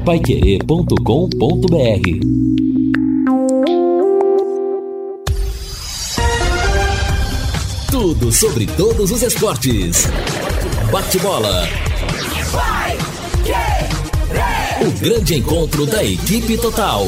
paiquerê.com.br. Tudo sobre todos os esportes. Bate-bola. O grande encontro da equipe total.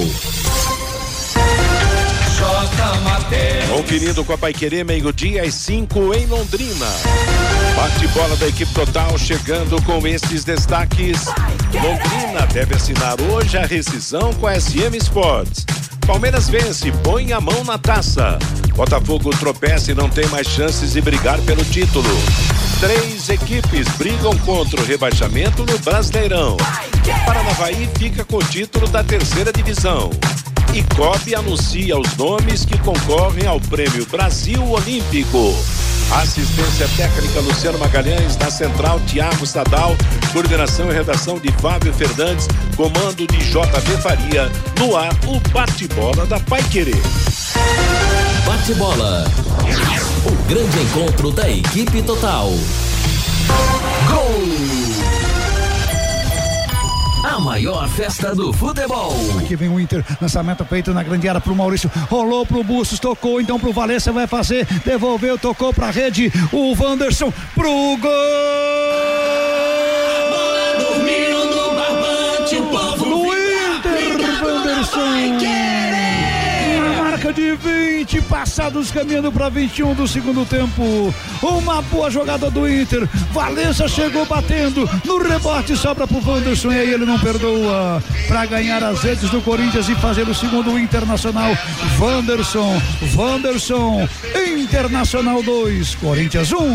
Conferindo com a Paiquerê, meio-dia às 5 em Londrina. Bate-bola da equipe total chegando com esses destaques. Londrina deve assinar hoje a rescisão com a SM Sports. Palmeiras vence, põe a mão na taça. Botafogo tropeça e não tem mais chances de brigar pelo título. 3 equipes brigam contra o rebaixamento no Brasileirão. Paranavaí fica com o título da 3ª divisão. E COB anuncia os nomes que concorrem ao Prêmio Brasil Olímpico. Assistência técnica Luciano Magalhães, na central Tiago Sadal, coordenação e redação de Fábio Fernandes, comando de JB Faria. No ar, o bate-bola da Paiquerê. Bate-bola. O grande encontro da equipe total. Gol! A maior festa do futebol. Aqui vem o Inter, lançamento feito na grande área pro Maurício, rolou pro Bustos, tocou então pro Valência, vai fazer, devolveu, tocou pra rede, o Wanderson pro gol! Bola dormindo no barbante, o povo no Inter, Wanderson! De 20 passados, caminhando para 21 do segundo tempo. Uma boa jogada do Inter. Valença chegou batendo no rebote, sobra pro Wanderson e aí ele não perdoa para ganhar as redes do Corinthians e fazer o segundo Internacional. Wanderson, Internacional 2, Corinthians 1.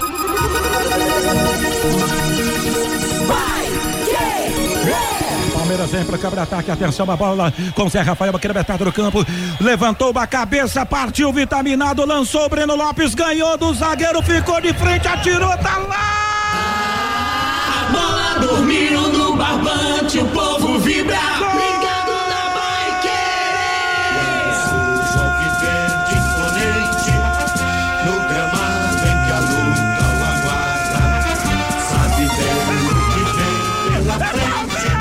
Palmeiras vem para o cabra-ataque, atenção, a bola com Zé Rafael aqui na metade do campo, levantou uma cabeça, partiu vitaminado, lançou o Breno Lopes, ganhou do zagueiro, ficou de frente, atirou, tá lá! A bola dormindo no barbante, o povo vibra, ligado na Paiquerê. O que verde imponente, no gramado em que a luta o aguarda, sabe bem o que vem pela frente.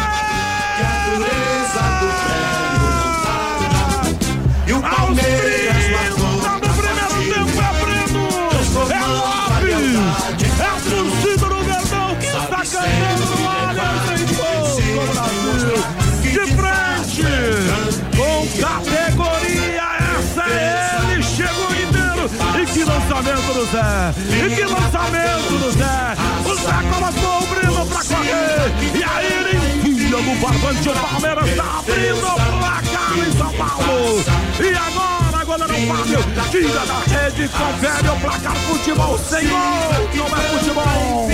Categoria, essa é ele, chegou inteiro, e que lançamento do Zé, o Zé colocou o Breno pra correr, e aí ele enfia no barbante, o Palmeiras tá abrindo o placar em São Paulo, e agora a goleira Fábio tira da rede, confere o placar, futebol sem gol, não é futebol.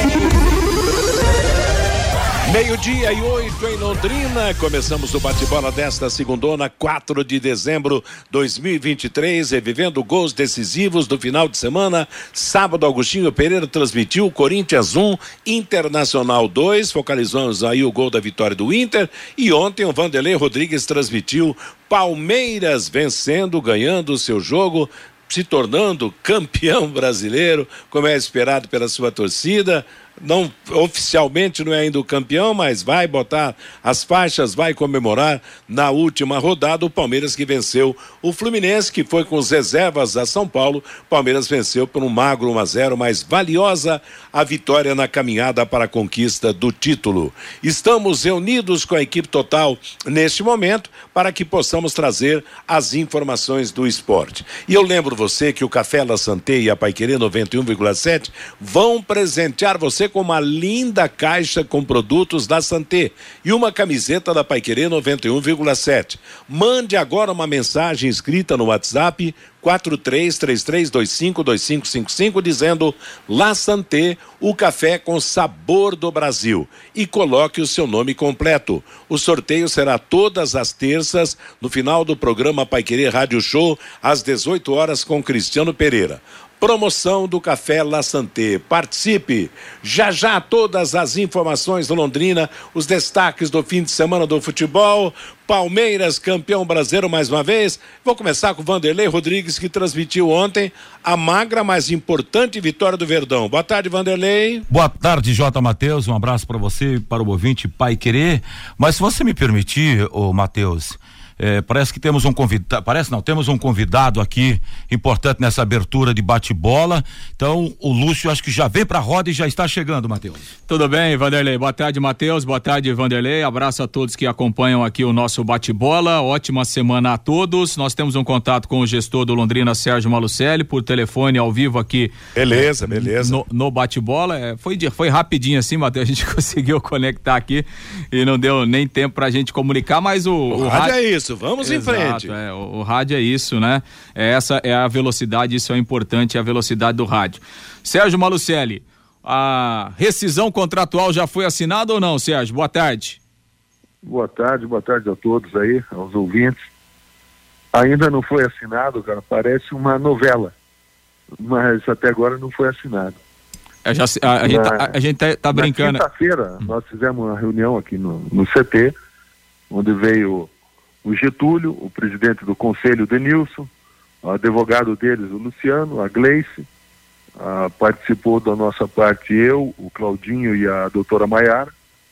Meio-dia e 8 em Londrina, começamos o bate-bola desta segundona, 4 de dezembro de 2023, revivendo gols decisivos do final de semana. Sábado, Augustinho Pereira transmitiu Corinthians 1, Internacional 2, focalizamos aí o gol da vitória do Inter, e ontem o Vanderlei Rodrigues transmitiu Palmeiras vencendo, ganhando o seu jogo, se tornando campeão brasileiro, como é esperado pela sua torcida. Não, oficialmente não é ainda o campeão, mas vai botar as faixas, vai comemorar na última rodada. O Palmeiras que venceu o Fluminense, que foi com as reservas a São Paulo. Palmeiras venceu por um magro 1-0, mas valiosa a vitória na caminhada para a conquista do título. Estamos reunidos com a equipe total neste momento para que possamos trazer as informações do esporte. E eu lembro você que o Café La Santé e a Paiquerê 91,7 vão presentear você com uma linda caixa com produtos da Santé e uma camiseta da Paiquerê 91,7. Mande agora uma mensagem escrita no WhatsApp 4333252555 dizendo La Santé, o café com sabor do Brasil, e coloque o seu nome completo. O sorteio será todas as terças no final do programa Paiquerê Rádio Show às 18 horas com Cristiano Pereira. Promoção do Café La Santé. Participe! Já já todas as informações do Londrina, os destaques do fim de semana do futebol. Palmeiras, campeão brasileiro mais uma vez. Vou começar com o Vanderlei Rodrigues, que transmitiu ontem a magra, mas importante vitória do Verdão. Boa tarde, Vanderlei. Boa tarde, J. Matheus. Um abraço para você e para o ouvinte Pai Querer. Mas se você me permitir, Matheus, parece que temos um convidado, temos um convidado aqui importante nessa abertura de bate-bola. Então, o Lúcio acho que já vem pra roda e já está chegando, Matheus. Tudo bem, Vanderlei? Boa tarde, Matheus. Boa tarde, Vanderlei. Abraço a todos que acompanham aqui o nosso bate-bola. Ótima semana a todos. Nós temos um contato com o gestor do Londrina, Sérgio Malucelli, por telefone ao vivo aqui. Beleza. No bate-bola. Foi rapidinho assim, Matheus. A gente conseguiu conectar aqui e não deu nem tempo pra gente comunicar, mas o rádio é isso. Vamos Exato, em frente. O rádio é isso, né? Essa é a velocidade, isso é importante, a velocidade do rádio. Sérgio Malucelli, a rescisão contratual já foi assinada ou não, Sérgio? Boa tarde. Boa tarde a todos aí, aos ouvintes. Ainda não foi assinado, cara, parece uma novela, mas até agora não foi assinado. A gente tá brincando. Na quinta-feira nós fizemos uma reunião aqui no CT, onde veio o Getúlio, o presidente do conselho, o Denilson, o advogado deles, o Luciano, a Gleice, participou da nossa parte eu, o Claudinho e a doutora Maiara,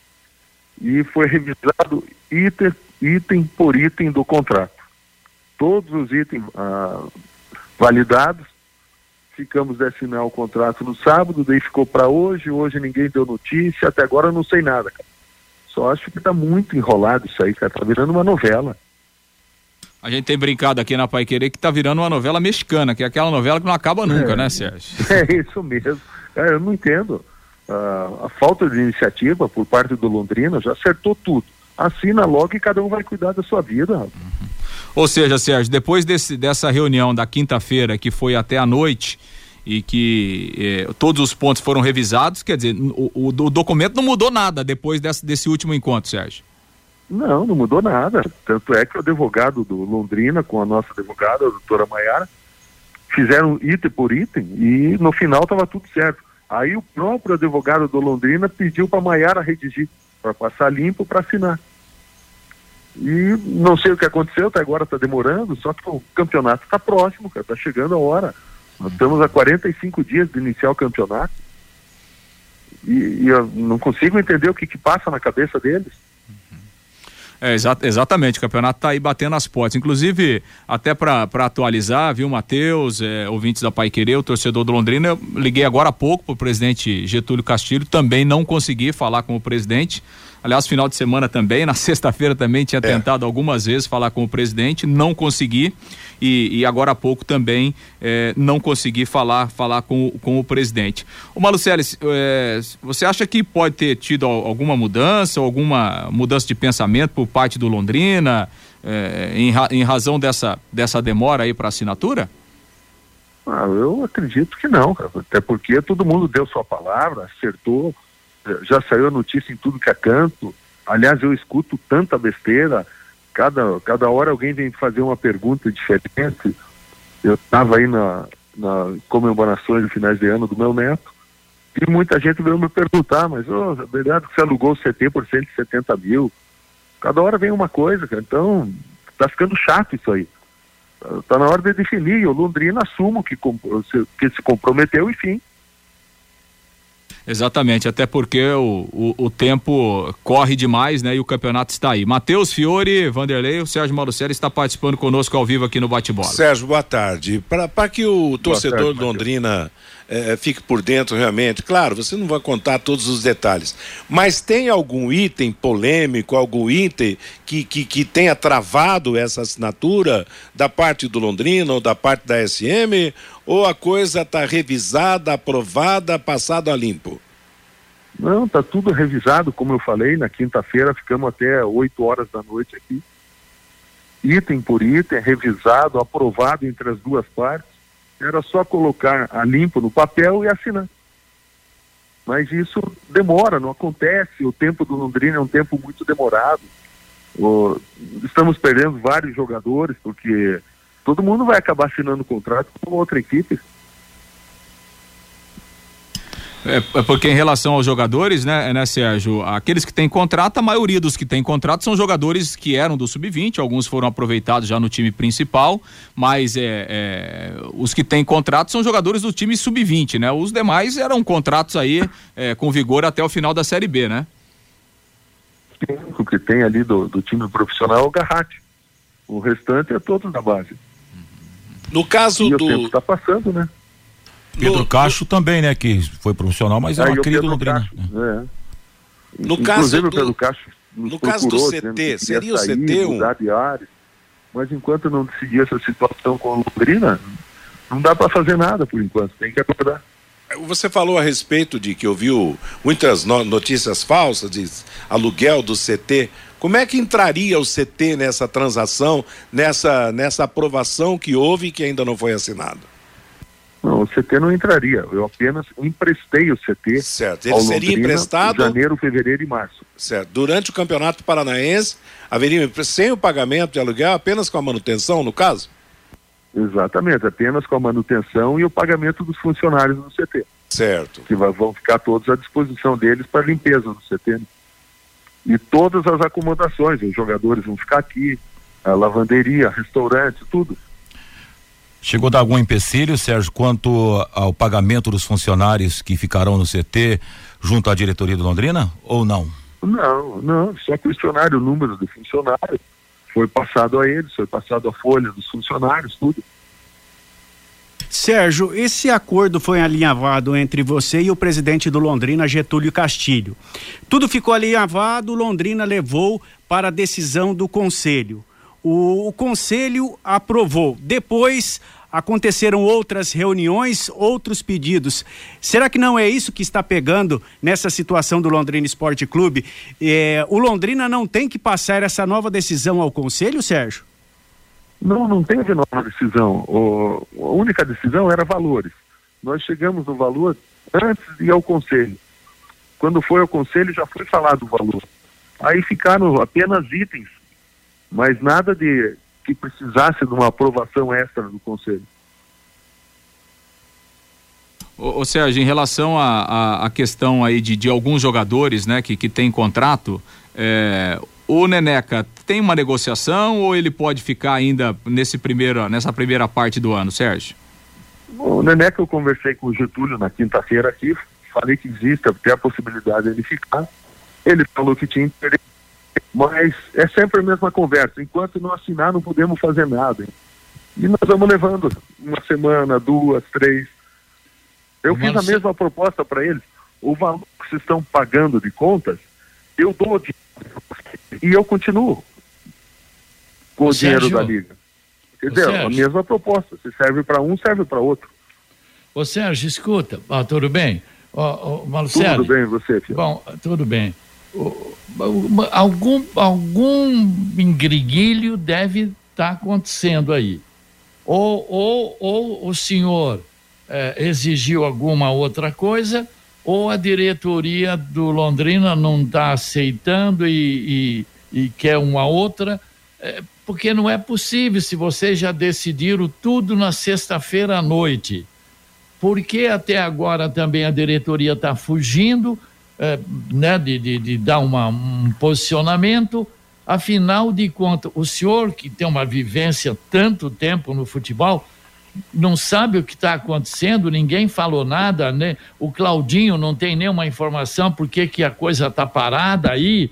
e foi revisado item por item do contrato. Todos os itens validados, ficamos de assinar o contrato no sábado, daí ficou para hoje ninguém deu notícia, até agora eu não sei nada, cara. Só acho que tá muito enrolado isso aí, cara, tá virando uma novela. A gente tem brincado aqui na Pai Querer que tá virando uma novela mexicana, que é aquela novela que não acaba nunca, né, Sérgio? É isso mesmo. Cara, eu não entendo. A falta de iniciativa por parte do Londrina já acertou tudo. Assina logo e cada um vai cuidar da sua vida. Uhum. Ou seja, Sérgio, depois dessa reunião da quinta-feira, que foi até a noite, e que todos os pontos foram revisados, quer dizer, o documento não mudou nada depois desse último encontro, Sérgio? Não mudou nada, tanto é que o advogado do Londrina com a nossa advogada, a doutora Maiara, fizeram item por item e no final estava tudo certo. Aí o próprio advogado do Londrina pediu para a Maiara redigir, para passar limpo para assinar. E não sei o que aconteceu, até agora está demorando, só que o campeonato está próximo, cara, está chegando a hora. Nós estamos a 45 dias de iniciar o campeonato e eu não consigo entender o que passa na cabeça deles. Exatamente, o campeonato está aí batendo as portas, inclusive até para atualizar, viu, Matheus, ouvintes da Pai Querer, o torcedor do Londrina, eu liguei agora há pouco pro presidente Getúlio Castilho, também não consegui falar com o presidente, aliás, final de semana também, na sexta-feira também tinha tentado algumas vezes falar com o presidente, não consegui, e agora há pouco também não consegui falar com o presidente. Ô Malucelli, você acha que pode ter tido alguma mudança de pensamento por parte do Londrina em razão dessa demora aí para assinatura? Eu acredito que não, cara, até porque todo mundo deu sua palavra, acertou, já saiu a notícia em tudo que é canto. Aliás, eu escuto tanta besteira, cada hora alguém vem fazer uma pergunta diferente. Eu estava aí na comemorações de finais de ano do meu neto e muita gente veio me perguntar, mas é verdade que você alugou o CT por 170 mil? Cada hora vem uma coisa, cara. Então tá ficando chato isso aí. Tá na hora de definir, o Londrina assume que se comprometeu e fim. Exatamente, até porque o tempo corre demais, né? E o campeonato está aí. Matheus Fiore, Vanderlei, o Sérgio Malucelli está participando conosco ao vivo aqui no Bate-Bola. Sérgio, boa tarde. Para que o torcedor de Londrina fique por dentro realmente, claro, você não vai contar todos os detalhes, mas tem algum item polêmico, algum item que tenha travado essa assinatura da parte do Londrina ou da parte da SM, ou a coisa está revisada, aprovada, passada a limpo? Não, está tudo revisado, como eu falei, na quinta-feira ficamos até 8 horas da noite aqui, item por item, revisado, aprovado entre as duas partes. Era só colocar a limpo no papel e assinar. Mas isso demora, não acontece. O tempo do Londrina é um tempo muito demorado. Estamos perdendo vários jogadores, porque todo mundo vai acabar assinando contrato com outra equipe. É porque em relação aos jogadores, né, Sérgio, aqueles que têm contrato, a maioria dos que têm contrato são jogadores que eram do sub-20, alguns foram aproveitados já no time principal, mas os que têm contrato são jogadores do time sub-20, né? Os demais eram contratos aí com vigor até o final da Série B, né? O que tem ali do time profissional é o Garratti. O restante é todo da base. No caso o tempo está passando, né? Pedro Cacho também, né? Que foi profissional, mas é uma cria do Londrina. No caso o Pedro Cacho no caso do CT, seria o CT mudar de área, mas enquanto não decidir essa situação com a Londrina, não dá para fazer nada por enquanto, tem que acordar. Você falou a respeito de que ouviu muitas notícias falsas de aluguel do CT. Como é que entraria o CT nessa transação, nessa aprovação que houve e que ainda não foi assinada? Não, o CT não entraria. Eu apenas emprestei o CT. Certo. Ele seria Londrina, emprestado. Em janeiro, fevereiro e março. Certo. Durante o Campeonato Paranaense, haveria sem o pagamento de aluguel, apenas com a manutenção, no caso? Exatamente, apenas com a manutenção e o pagamento dos funcionários do CT. Certo. Que vão ficar todos à disposição deles para limpeza do CT. E todas as acomodações, os jogadores vão ficar aqui, a lavanderia, restaurante, tudo. Chegou a dar algum empecilho, Sérgio, quanto ao pagamento dos funcionários que ficarão no CT junto à diretoria do Londrina, ou não? Não, só questionaram o número de funcionários. Foi passado a eles, foi passado a folha dos funcionários, tudo. Sérgio, esse acordo foi alinhavado entre você e o presidente do Londrina, Getúlio Castilho. Tudo ficou alinhavado, Londrina levou para a decisão do conselho. O conselho aprovou. Depois aconteceram outras reuniões, outros pedidos. Será que não é isso que está pegando nessa situação do Londrina Esporte Clube? O Londrina não tem que passar essa nova decisão ao conselho, Sérgio? Não teve nova decisão. A única decisão era valores. Nós chegamos no valor antes de ir ao conselho. Quando foi ao conselho já foi falado o valor. Aí ficaram apenas itens, mas nada de que precisasse de uma aprovação extra do conselho. Ô Sérgio, em relação à questão aí de alguns jogadores, né, que tem contrato, o Neneca tem uma negociação ou ele pode ficar ainda nessa primeira parte do ano, Sérgio? O Neneca, eu conversei com o Getúlio na quinta-feira aqui, falei que existe até a possibilidade de ele ficar. Ele falou que tinha interesse, mas é sempre a mesma conversa. Enquanto não assinar, não podemos fazer nada. E nós vamos levando uma semana, 2, 3. Eu fiz a mesma proposta para eles. O valor que vocês estão pagando de contas, eu dou e eu continuo com o dinheiro da Liga. Quer dizer, a mesma proposta. Se serve para um, serve para outro. Ô Sérgio, escuta. Tudo bem? Marcelo? Tudo bem, você, filho? Bom, tudo bem. Algum engriguilho deve estar acontecendo aí. Ou o senhor exigiu alguma outra coisa, ou a diretoria do Londrina não está aceitando e quer uma outra, porque não é possível se vocês já decidiram tudo na sexta-feira à noite. Por que até agora também a diretoria está fugindo, né, de dar um posicionamento? Afinal de contas, o senhor que tem uma vivência tanto tempo no futebol, não sabe o que está acontecendo, ninguém falou nada, né? O Claudinho não tem nenhuma informação por que a coisa está parada aí.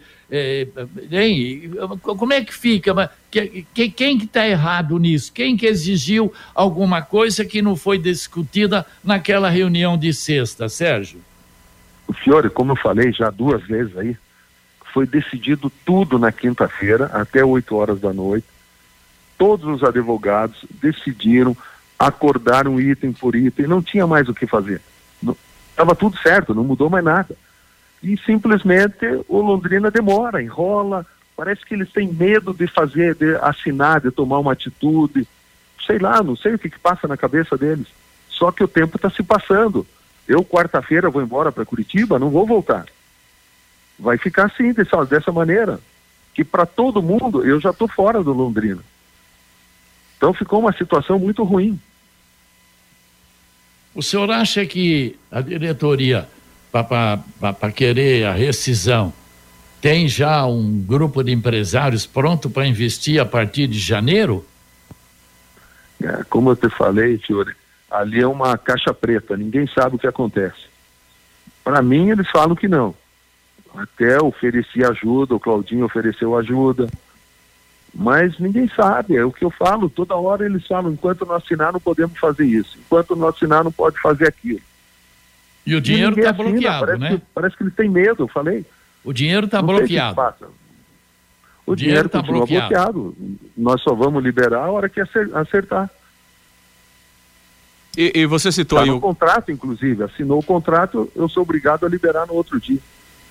Como é que fica? Quem que está errado nisso? Quem que exigiu alguma coisa que não foi discutida naquela reunião de sexta, Sérgio? O senhor, como eu falei já 2 vezes aí, foi decidido tudo na quinta-feira, até 8 horas da noite. Todos os advogados decidiram, acordaram item por item, não tinha mais o que fazer. Estava tudo certo, não mudou mais nada. E simplesmente o Londrina demora, enrola, parece que eles têm medo de fazer, de assinar, de tomar uma atitude. Sei lá, não sei o que passa na cabeça deles. Só que o tempo está se passando. Eu, quarta-feira, vou embora para Curitiba, não vou voltar. Vai ficar assim, dessa maneira. Que para todo mundo, eu já estou fora do Londrina. Então ficou uma situação muito ruim. O senhor acha que a diretoria para querer a rescisão, tem já um grupo de empresários pronto para investir a partir de janeiro? Como eu te falei, Fiore, ali é uma caixa preta, ninguém sabe o que acontece. Para mim, eles falam que não. Até ofereci ajuda, o Claudinho ofereceu ajuda, mas ninguém sabe, é o que eu falo, toda hora eles falam, enquanto não assinar não podemos fazer isso, enquanto não assinar não pode fazer aquilo. E o dinheiro está bloqueado, né? Parece que eles têm medo, eu falei. O dinheiro está bloqueado. O dinheiro está bloqueado. Nós só vamos liberar a hora que acertar. E você citou tá aí no contrato, inclusive, assinou o contrato, eu sou obrigado a liberar no outro dia.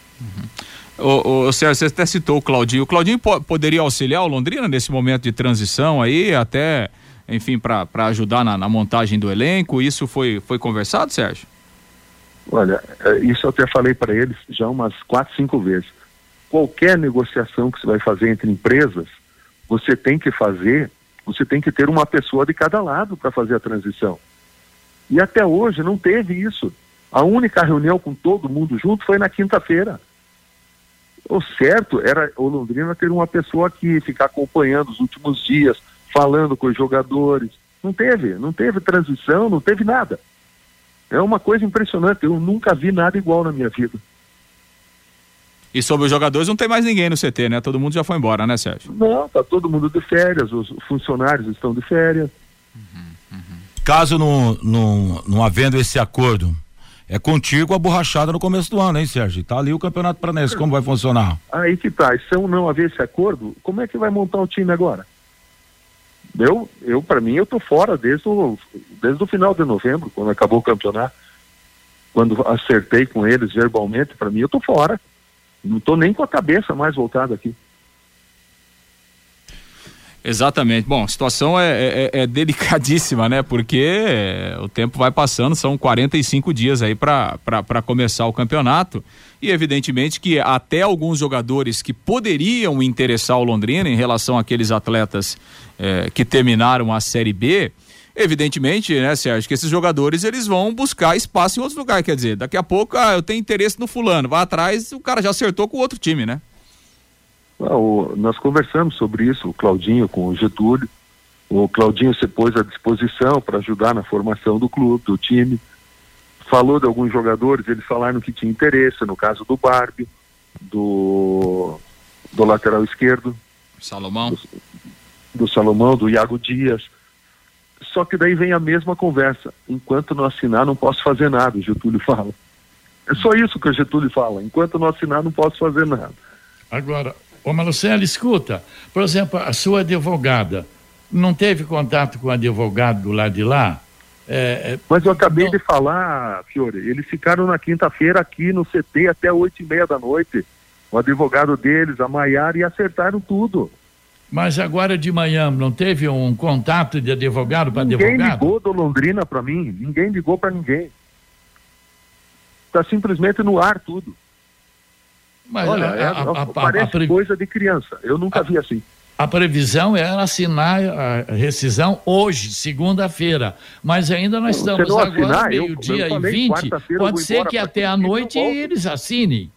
O Sérgio, você até citou o Claudinho. O Claudinho poderia auxiliar o Londrina nesse momento de transição aí, até, enfim, para ajudar na montagem do elenco? Isso foi conversado, Sérgio? Olha, isso eu até falei para eles já umas 4, 5 vezes. Qualquer negociação que você vai fazer entre empresas, você tem que ter uma pessoa de cada lado para fazer a transição. E até hoje não teve isso. A única reunião com todo mundo junto foi na quinta-feira. O certo era o Londrina ter uma pessoa que ficar acompanhando os últimos dias, falando com os jogadores. Não teve transição, não teve nada. É uma coisa impressionante, eu nunca vi nada igual na minha vida. E sobre os jogadores não tem mais ninguém no CT, né? Todo mundo já foi embora, né, Sérgio? Não, tá todo mundo de férias, os funcionários estão de férias. Caso não havendo esse acordo, é contigo a borrachada no começo do ano, hein, Sérgio? Tá ali o Campeonato Paranaense, como vai funcionar? Aí que tá, e se eu não haver esse acordo, como é que vai montar o time agora? Para mim, eu tô fora desde o final de novembro, quando acabou o campeonato. Quando acertei com eles verbalmente, para mim, eu tô fora. Não tô nem com a cabeça mais voltada aqui. Exatamente. Bom, a situação é delicadíssima, né? Porque o tempo vai passando, são 45 dias aí para começar o campeonato. E evidentemente que até alguns jogadores que poderiam interessar o Londrina em relação àqueles atletas que terminaram a Série B, evidentemente, né, Sérgio, que esses jogadores eles vão buscar espaço em outros lugares. Quer dizer, daqui a pouco eu tenho interesse no fulano, vai atrás, o cara já acertou com o outro time, né? Nós conversamos sobre isso, o Claudinho com o Getúlio. O Claudinho se pôs à disposição para ajudar na formação do clube, do time. Falou de alguns jogadores, eles falaram que tinha interesse, no caso do Barbie, do lateral esquerdo, Salomão, do Salomão, do Iago Dias. Só que daí vem a mesma conversa. Enquanto não assinar, não posso fazer nada, o Getúlio fala. É só isso que o Getúlio fala. Enquanto não assinar, não posso fazer nada. Agora, ô Marcelo, escuta, por exemplo, a sua advogada não teve contato com o advogado do lado de lá? Mas eu acabei de falar, Fiore, eles ficaram na quinta-feira aqui no CT até 8h30 da noite. O advogado deles, a Maiara, e acertaram tudo. Mas agora de manhã não teve um contato de advogado para advogado? Ninguém ligou do Londrina para mim, ninguém ligou para ninguém. Está simplesmente no ar tudo. Mas olha, parece coisa de criança, eu nunca vi assim. A previsão era assinar a rescisão hoje, segunda-feira, mas ainda nós estamos agora meio-dia e 20, pode ser que até a noite eles assinem.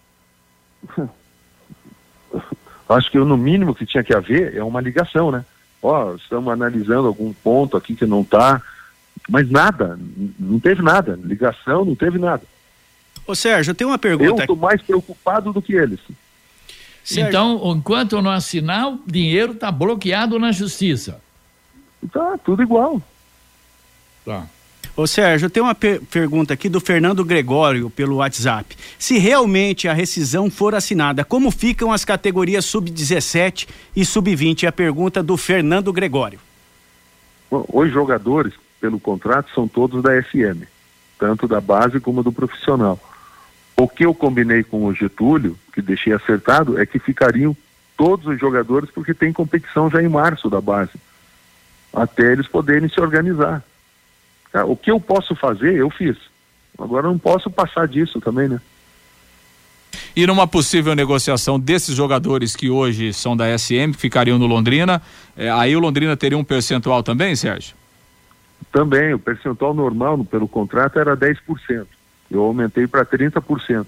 Acho que no mínimo que tinha que haver é uma ligação, né? Estamos analisando algum ponto aqui que não está, mas nada, não teve nada, ligação, não teve nada. Ô Sérgio, eu tenho uma pergunta. Eu estou mais preocupado do que eles. Sérgio. Então, enquanto não assinar, o dinheiro está bloqueado na justiça. Tá, tudo igual. Tá. Ô Sérgio, eu tenho uma pergunta aqui do Fernando Gregório pelo WhatsApp. Se realmente a rescisão for assinada, como ficam as categorias sub-17 e sub-20? É a pergunta do Fernando Gregório. Bom, os jogadores, pelo contrato, são todos da SM, tanto da base como do profissional. O que eu combinei com o Getúlio, que deixei acertado, é que ficariam todos os jogadores, porque tem competição já em março da base, até eles poderem se organizar. O que eu posso fazer, eu fiz. Agora eu não posso passar disso também, né? E numa possível negociação desses jogadores que hoje são da SM, que ficariam no Londrina, aí o Londrina teria um percentual também, Sérgio? Também, o percentual normal pelo contrato era 10%. Eu aumentei para 30%.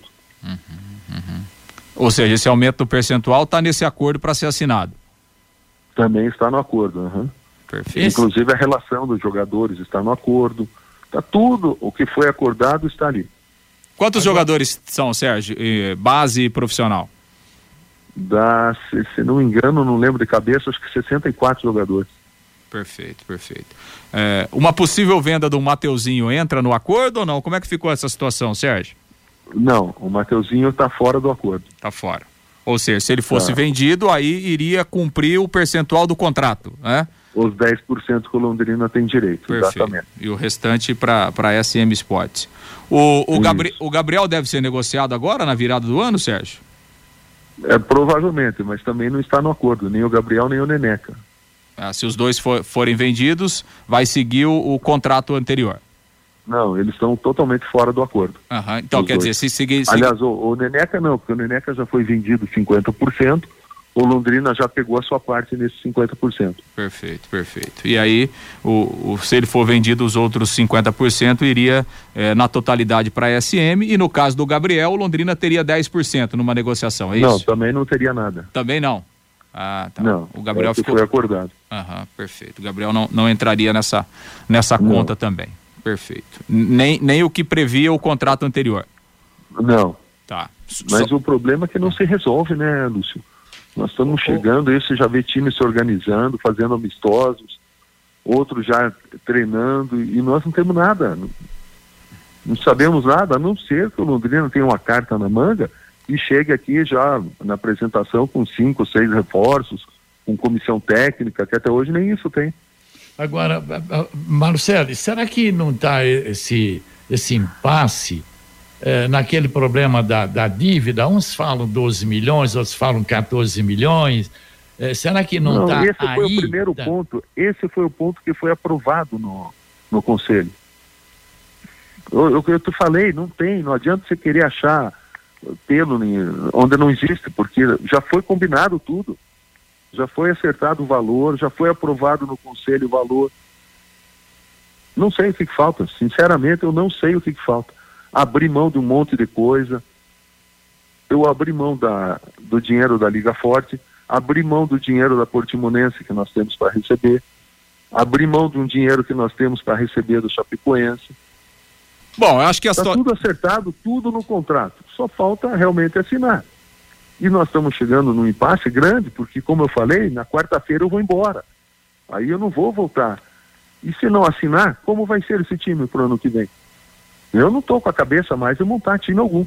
Ou seja, esse aumento do percentual está nesse acordo para ser assinado. Também está no acordo. Perfeito. Inclusive a relação dos jogadores está no acordo. Está tudo, o que foi acordado está ali. Quantos jogadores são, Sérgio? Base e profissional? Se não me engano, não lembro de cabeça, acho que 64 jogadores. Perfeito. Uma possível venda do Mateuzinho entra no acordo ou não? Como é que ficou essa situação, Sérgio? Não, o Mateuzinho está fora do acordo. Está fora. Ou seja, se ele fosse vendido, aí iria cumprir o percentual do contrato, né? Os 10% que o Londrina tem direito. Perfeito. Exatamente. E o restante para a SM Sports. O Gabriel deve ser negociado agora, na virada do ano, Sérgio? Provavelmente, mas também não está no acordo, nem o Gabriel nem o Neneca. Se os dois forem vendidos, vai seguir o contrato anterior. Não, eles estão totalmente fora do acordo. Então, quer dizer, se seguir... Aliás, o Neneca não, porque o Neneca já foi vendido 50%, o Londrina já pegou a sua parte nesses 50%. Perfeito. E aí, se ele for vendido, os outros 50% iria na totalidade para a SM, e no caso do Gabriel, o Londrina teria 10% numa negociação, é isso? Não, também não teria nada. Também não? Tá. Não, o Gabriel foi acordado. Perfeito. O Gabriel não entraria nessa conta também. Perfeito. Nem o que previa o contrato anterior. Não. Tá. Mas o problema é que não se resolve, né, Lúcio? Nós estamos chegando, você já vê times se organizando, fazendo amistosos, outros já treinando, e nós não temos nada. Não sabemos nada, a não ser que o Londrina tenha uma carta na manga e chegue aqui já na apresentação com 5 ou 6 reforços, com comissão técnica, que até hoje nem isso tem. Agora, Marcelo, será que não está esse impasse naquele problema da dívida? Uns falam 12 milhões, outros falam 14 milhões. Será que não está aí? Esse foi o primeiro ponto. Esse foi o ponto que foi aprovado no Conselho. Eu te falei, não adianta você querer achar pelo onde não existe, porque já foi combinado tudo. Já foi acertado o valor, já foi aprovado no Conselho o valor. Não sei o que falta. Sinceramente, eu não sei o que falta. Abri mão de um monte de coisa. Eu abri mão do dinheiro da Liga Forte, abri mão do dinheiro da Portimonense que nós temos para receber, abri mão de um dinheiro que nós temos para receber do Chapecoense. Bom, eu acho que está tudo acertado, tudo no contrato. Só falta realmente assinar. E nós estamos chegando num impasse grande, porque, como eu falei, na quarta-feira eu vou embora. Aí eu não vou voltar. E se não assinar, como vai ser esse time pro ano que vem? Eu não estou com a cabeça mais de montar time algum.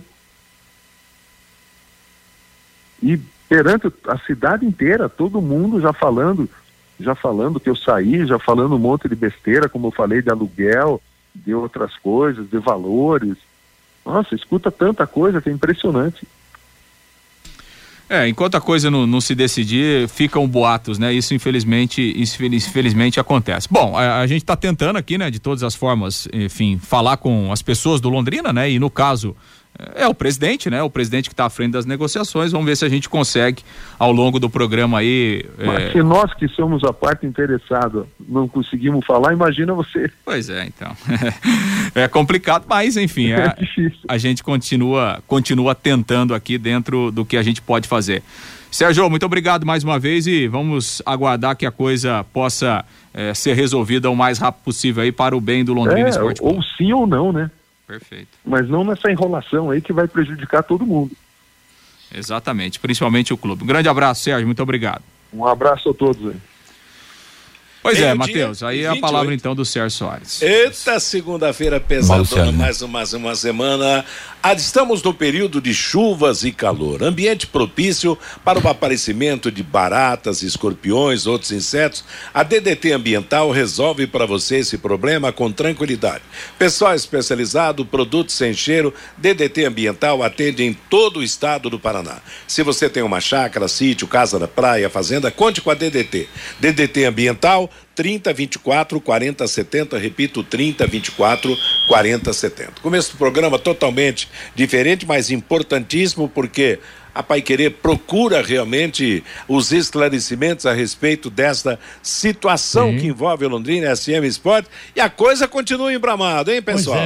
E perante a cidade inteira, todo mundo já falando que eu saí, já falando um monte de besteira, como eu falei, de aluguel, de outras coisas, de valores. Nossa, escuta tanta coisa que é impressionante. Enquanto a coisa não se decidir, ficam boatos, né? Isso infelizmente acontece. Bom, a gente está tentando aqui, né, de todas as formas, enfim, falar com as pessoas do Londrina, né? E no caso é o presidente, né? O presidente que está à frente das negociações. Vamos ver se a gente consegue ao longo do programa aí. Mas se nós que somos a parte interessada não conseguimos falar, imagina você. Pois é, então. É complicado, mas enfim, a gente continua tentando aqui dentro do que a gente pode fazer. Sérgio, muito obrigado mais uma vez e vamos aguardar que a coisa possa ser resolvida o mais rápido possível aí para o bem do Londrina Esporte Clube. Ou sim ou não, né? Perfeito. Mas não nessa enrolação aí que vai prejudicar todo mundo. Exatamente, principalmente o clube. Um grande abraço, Sérgio, muito obrigado. Um abraço a todos aí. Pois Matheus, aí é a palavra então do Sérgio Soares. Eita, segunda-feira pesadona, mais uma semana. Estamos no período de chuvas e calor, ambiente propício para o aparecimento de baratas, escorpiões, outros insetos. A DDT Ambiental resolve para você esse problema com tranquilidade. Pessoal especializado, produtos sem cheiro, DDT Ambiental atende em todo o estado do Paraná. Se você tem uma chácara, sítio, casa da praia, fazenda, conte com a DDT. DDT Ambiental 3024 4070, repito, 3024 4070. Começo do programa totalmente diferente, mas importantíssimo, porque a Paiquerê procura realmente os esclarecimentos a respeito desta situação que envolve o Londrina SM Sport, e a coisa continua embramada, hein, pessoal?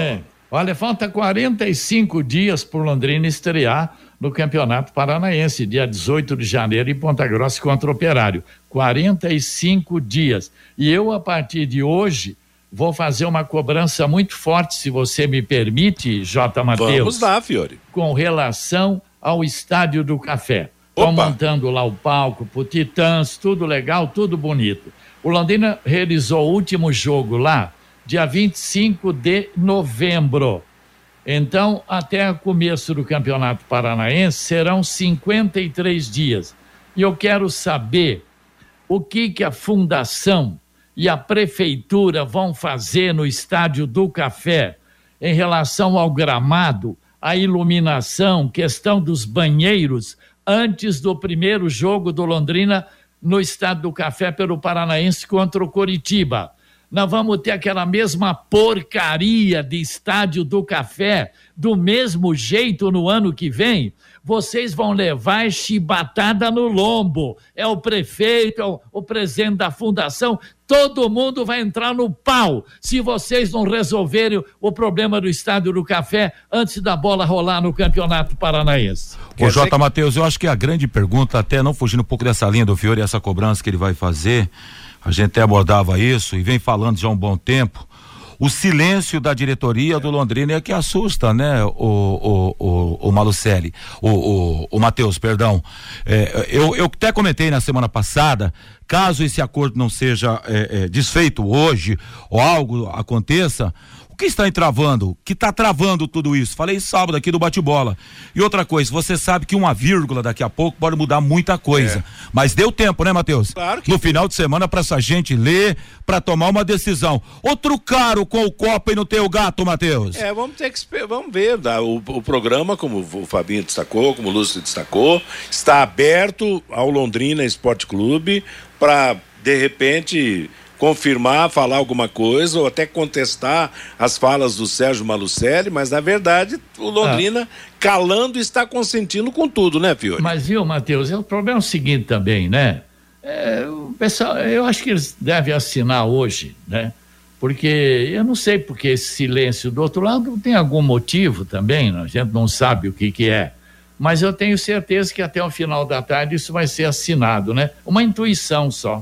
Olha, falta 45 dias por Londrina estrear no Campeonato Paranaense, dia 18 de janeiro, em Ponta Grossa contra o Operário. 45 dias. E eu, a partir de hoje, vou fazer uma cobrança muito forte, se você me permite, J. Matheus. Vamos lá, Fiore. Com relação ao Estádio do Café. Estão montando lá o palco pro Titãs, tudo legal, tudo bonito. O Londrina realizou o último jogo lá, dia 25 de novembro. Então, até o começo do Campeonato Paranaense, serão 53 dias. E eu quero saber o que a Fundação e a Prefeitura vão fazer no Estádio do Café em relação ao gramado, a iluminação, questão dos banheiros, antes do primeiro jogo do Londrina no Estádio do Café pelo Paranaense contra o Coritiba. Nós vamos ter aquela mesma porcaria de Estádio do Café, do mesmo jeito no ano que vem. Vocês vão levar chibatada no lombo. É o prefeito, é o presidente da fundação, todo mundo vai entrar no pau se vocês não resolverem o problema do Estádio do Café antes da bola rolar no Campeonato Paranaense. Ô J. Matheus, eu acho que a grande pergunta, até não fugindo um pouco dessa linha do Fiore, essa cobrança que ele vai fazer, a gente até abordava isso e vem falando já há um bom tempo. O silêncio da diretoria do Londrina é que assusta, né, o Malucelli, o Matheus, perdão. Eu até comentei na semana passada, caso esse acordo não seja desfeito hoje ou algo aconteça, o que está entravando? O que está travando tudo isso? Falei sábado aqui do bate-bola. E outra coisa, você sabe que uma vírgula daqui a pouco pode mudar muita coisa. Mas deu tempo, né, Matheus? Claro que no final de semana para essa gente ler, para tomar uma decisão. Outro caro com o Copa e não tem o gato, Matheus. Vamos ter que vamos ver. O programa, como o Fabinho destacou, como o Lúcio destacou, está aberto ao Londrina Esporte Clube para, de repente, confirmar, falar alguma coisa ou até contestar as falas do Sérgio Malucelli, mas na verdade o Londrina calando está consentindo com tudo, né, Fiore? Mas viu, Matheus, o problema é o seguinte também, né? O pessoal, eu acho que eles devem assinar hoje, né? Porque eu não sei porque esse silêncio do outro lado tem algum motivo também, a gente não sabe o que é. Mas eu tenho certeza que até o final da tarde isso vai ser assinado, né? Uma intuição só.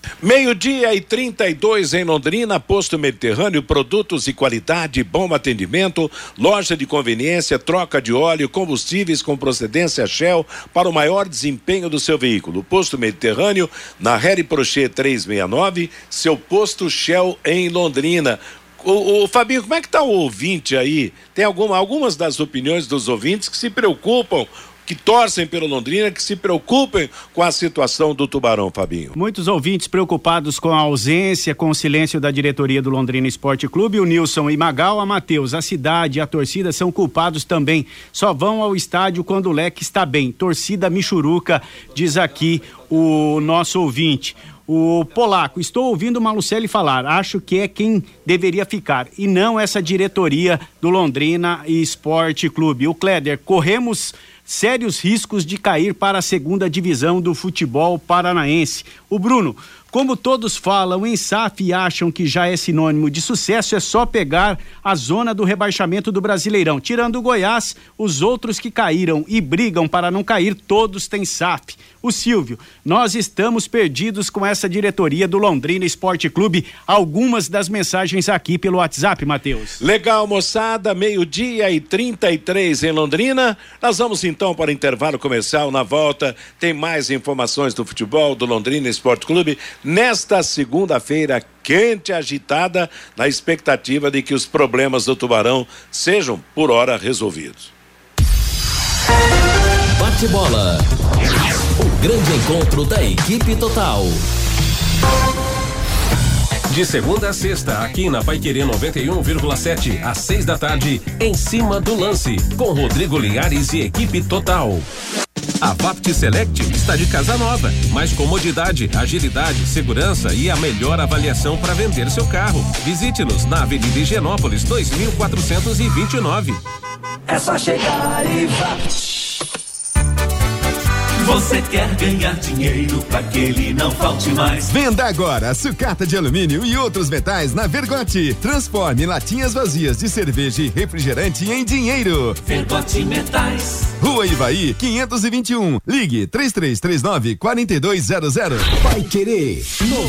12:32 em Londrina, Posto Mediterrâneo, produtos de qualidade, bom atendimento, loja de conveniência, troca de óleo, combustíveis com procedência Shell para o maior desempenho do seu veículo. Posto Mediterrâneo, na Harry Prochet 369, seu posto Shell em Londrina. O Fabinho, como é que tá o ouvinte aí? Tem algumas das opiniões dos ouvintes que se preocupam, que torcem pelo Londrina, que se preocupem com a situação do Tubarão, Fabinho. Muitos ouvintes preocupados com a ausência, com o silêncio da diretoria do Londrina Esporte Clube. O Nilson e Magal, a Matheus, a cidade e a torcida são culpados também. Só vão ao estádio quando o leque está bem. Torcida Michuruca, diz aqui o nosso ouvinte. O Polaco, estou ouvindo o Malucelli falar, acho que é quem deveria ficar e não essa diretoria do Londrina Esporte Clube. O Kleder, corremos sérios riscos de cair para a segunda divisão do futebol paranaense. O Bruno, como todos falam em SAF e acham que já é sinônimo de sucesso, é só pegar a zona do rebaixamento do Brasileirão. Tirando o Goiás, os outros que caíram e brigam para não cair, todos têm SAF. O Silvio, nós estamos perdidos com essa diretoria do Londrina Esporte Clube. Algumas das mensagens aqui pelo WhatsApp, Matheus. Legal, moçada, 12:33 em Londrina. Nós vamos então para o intervalo comercial. Na volta tem mais informações do futebol do Londrina Esporte Clube nesta segunda-feira quente e agitada, na expectativa de que os problemas do Tubarão sejam por hora resolvidos. Bate-bola. O grande encontro da equipe total. De segunda a sexta, aqui na Paiquerê 91,7, às 6 da tarde, em cima do lance, com Rodrigo Linhares e equipe total. A Vapt Select está de casa nova, mais comodidade, agilidade, segurança e a melhor avaliação para vender seu carro. Visite-nos na Avenida Higienópolis 2429. É só chegar e Vapt. Você quer ganhar dinheiro pra que ele não falte mais. Venda agora sucata de alumínio e outros metais na Vergote. Transforme latinhas vazias de cerveja e refrigerante em dinheiro. Vergote Metais. Rua Ivaí, 521. Ligue 3339-4200. Vai Querer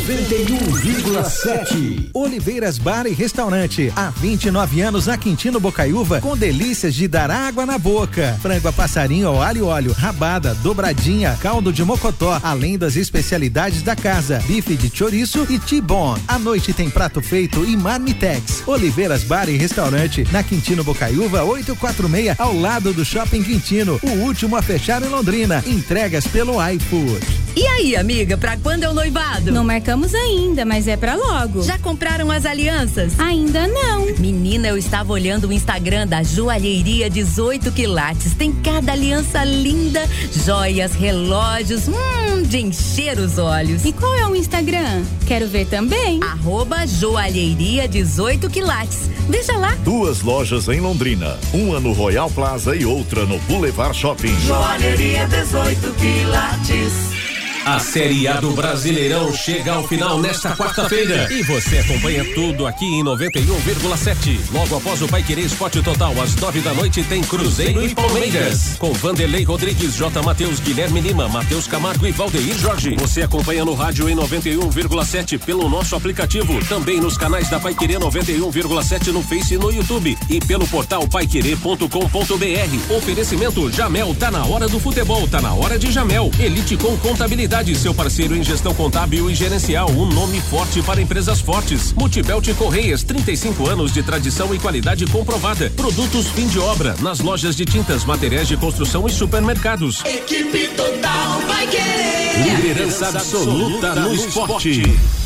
91,7. Oliveiras Bar e Restaurante. Há 29 anos na Quintino Bocaiúva, com delícias de dar água na boca. Frango a passarinho ao alho e óleo, rabada, dobradinha, caldo de mocotó, além das especialidades da casa, bife de chouriço e T-bone. À noite tem prato feito e marmitex. Oliveiras Bar e Restaurante, na Quintino Bocaiúva 846, ao lado do Shopping Quintino, o último a fechar em Londrina. Entregas pelo iFood. E aí, amiga, pra quando é o noivado? Não marcamos ainda, mas é pra logo. Já compraram as alianças? Ainda não. Menina, eu estava olhando o Instagram da Joalheria 18 Quilates. Tem cada aliança linda, joias, relógios, de encher os olhos. E qual é o Instagram? Quero ver também. @Joalheria 18 Quilates. Veja lá. 2 lojas em Londrina, uma no Royal Plaza e outra no Boulevard Shopping. Joalheria 18 Quilates. A Série A do Brasileirão chega ao final nesta quarta-feira e você acompanha tudo aqui em 91,7. Logo após o Paiquerê Esporte Total, às 9 da noite, tem Cruzeiro e Palmeiras. Com Vanderlei Rodrigues, J. Matheus, Guilherme Lima, Matheus Camargo e Valdeir Jorge. Você acompanha no rádio em 91,7 pelo nosso aplicativo, também nos canais da Paiquerê 91,7 no Face e no YouTube e pelo portal paiquerê.com.br. Oferecimento Jamel, tá na hora do futebol, tá na hora de Jamel. Elite com contabilidade. Seu parceiro em gestão contábil e gerencial, um nome forte para empresas fortes. Multibelt Correias, 35 anos de tradição e qualidade comprovada. Produtos fim de obra, nas lojas de tintas, materiais de construção e supermercados. Equipe Total vai querer. Liderança absoluta no esporte.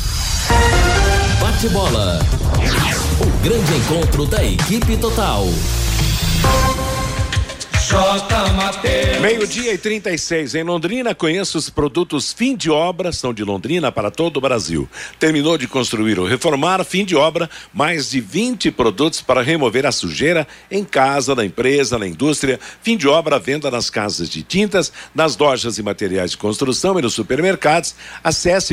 Bate-bola. O grande encontro da equipe total. Meio-dia e 36 em Londrina. Conheça os produtos fim de obra, são de Londrina para todo o Brasil. Terminou de construir ou reformar, fim de obra, mais de 20 produtos para remover a sujeira em casa, na empresa, na indústria. Fim de obra, venda nas casas de tintas, nas lojas e materiais de construção e nos supermercados. Acesse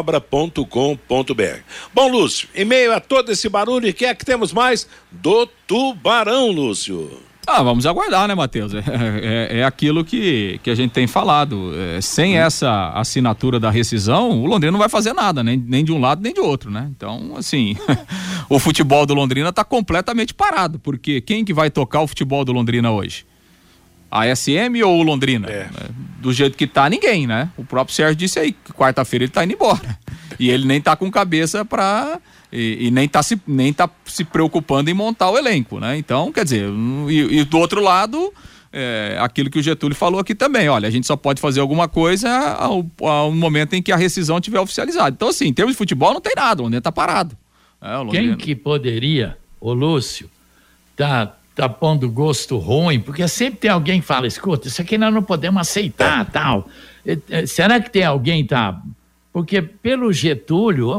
fimdeobra.com.br. Bom, Lúcio, em meio a todo esse barulho, o que é que temos mais? Do Tubarão, Lúcio. Vamos aguardar, né, Matheus? É aquilo que a gente tem falado. Sem essa assinatura da rescisão, o Londrina não vai fazer nada, nem de um lado nem de outro, né? Então, assim, o futebol do Londrina está completamente parado, porque quem que vai tocar o futebol do Londrina hoje? A SM ou o Londrina? Do jeito que tá, ninguém, né? O próprio Sérgio disse aí que quarta-feira ele tá indo embora. E ele nem tá com cabeça pra... E nem tá se preocupando em montar o elenco, né? Então, quer dizer, e do outro lado, aquilo que o Getúlio falou aqui também, olha, a gente só pode fazer alguma coisa ao momento em que a rescisão tiver oficializada. Então, assim, em termos de futebol não tem nada, o Londrina tá parado. Quem que poderia, ô Lúcio, tá pondo gosto ruim, porque sempre tem alguém que fala, escuta, isso aqui nós não podemos aceitar, tal. Será que tem alguém que tá... Porque pelo Getúlio,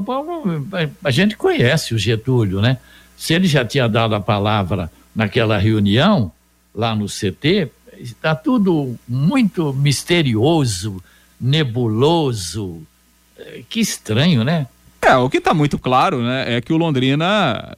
a gente conhece o Getúlio, né? Se ele já tinha dado a palavra naquela reunião, lá no CT, está tudo muito misterioso, nebuloso. Que estranho, né? O que está muito claro, né, é que o Londrina,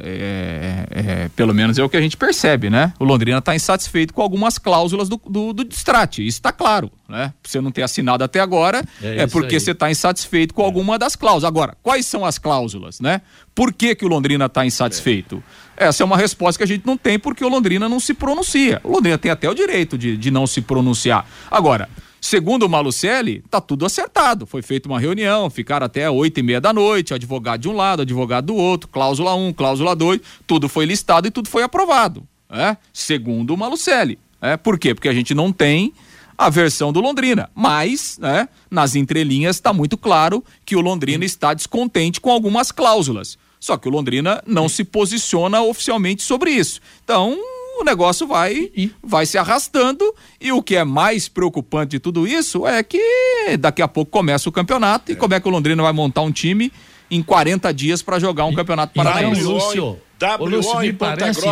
pelo menos é o que a gente percebe, né? O Londrina está insatisfeito com algumas cláusulas do Distrate, isso está claro, né? Você não ter assinado até agora é porque você está insatisfeito com alguma das cláusulas. Agora, quais são as cláusulas, né? Por que o Londrina está insatisfeito? Essa é uma resposta que a gente não tem porque o Londrina não se pronuncia. O Londrina tem até o direito de não se pronunciar. Agora, segundo o Malucelli, tá tudo acertado. Foi feita uma reunião, ficaram até 8:30 da noite, advogado de um lado, advogado do outro, cláusula 1, cláusula 2, tudo foi listado e tudo foi aprovado, segundo o Malucelli. Por quê? Porque a gente não tem a versão do Londrina, mas, nas entrelinhas está muito claro que o Londrina está descontente com algumas cláusulas. Só que o Londrina não se posiciona oficialmente sobre isso. Então, o negócio vai se arrastando, e o que é mais preocupante de tudo isso é que daqui a pouco começa o campeonato e como é que o Londrina vai montar um time em 40 dias para jogar um campeonato paranaense. Lúcio,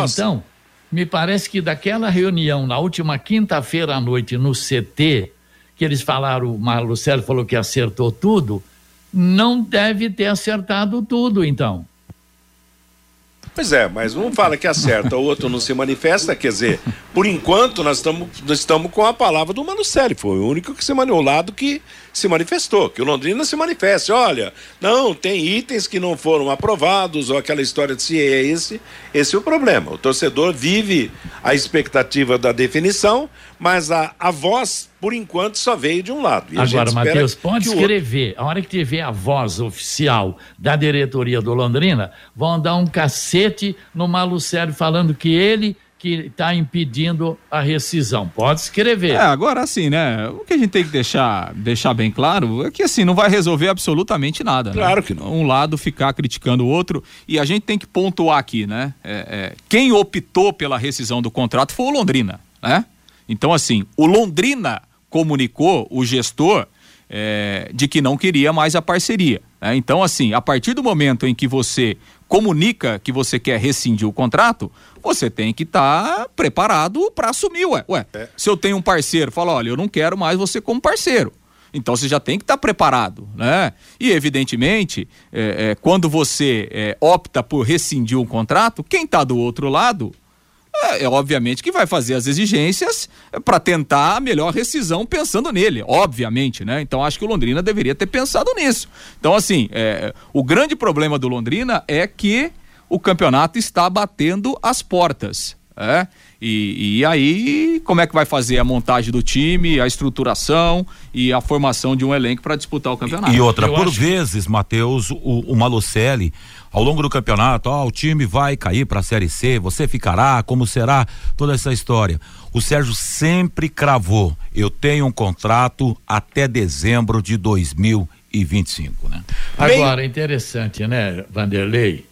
me parece que daquela reunião na última quinta-feira à noite no CT, que eles falaram, o Malucelli falou que acertou tudo, não deve ter acertado tudo, então. Pois é, mas um fala que acerta, o outro não se manifesta, quer dizer, por enquanto nós estamos com a palavra do Malucelli, foi o único que se manifestou, o lado que se manifestou, que o Londrina se manifeste, olha, não, tem itens que não foram aprovados, ou aquela história de se é esse é o problema, o torcedor vive a expectativa da definição, mas a voz, por enquanto, só veio de um lado. E agora, Matheus, pode escrever, a hora que tiver a voz oficial da diretoria do Londrina, vão dar um cacete no Malucelli falando que ele que está impedindo a rescisão. Pode escrever. Agora assim, né? O que a gente tem que deixar bem claro é que assim, não vai resolver absolutamente nada. Claro, né? que não. Um lado ficar criticando o outro, e a gente tem que pontuar aqui, né? Quem optou pela rescisão do contrato foi o Londrina, né? Então assim, o Londrina comunicou, o gestor, de que não queria mais a parceria, né? Então assim, a partir do momento em que você comunica que você quer rescindir o contrato, você tem que estar preparado para assumir, se eu tenho um parceiro, fala, olha, eu não quero mais você como parceiro, então você já tem que estar preparado, né? E evidentemente, quando você opta por rescindir um contrato, quem está do outro lado obviamente que vai fazer as exigências para tentar a melhor rescisão pensando nele, obviamente, né? Então acho que o Londrina deveria ter pensado nisso. Então assim, o grande problema do Londrina é que o campeonato está batendo as portas, e aí como é que vai fazer a montagem do time, a estruturação e a formação de um elenco para disputar o campeonato? E outra, vezes, Matheus, o Malucelli, ao longo do campeonato, o time vai cair para a Série C, você ficará, como será toda essa história. O Sérgio sempre cravou, eu tenho um contrato até dezembro de 2025, né? Agora, interessante, né, Vanderlei?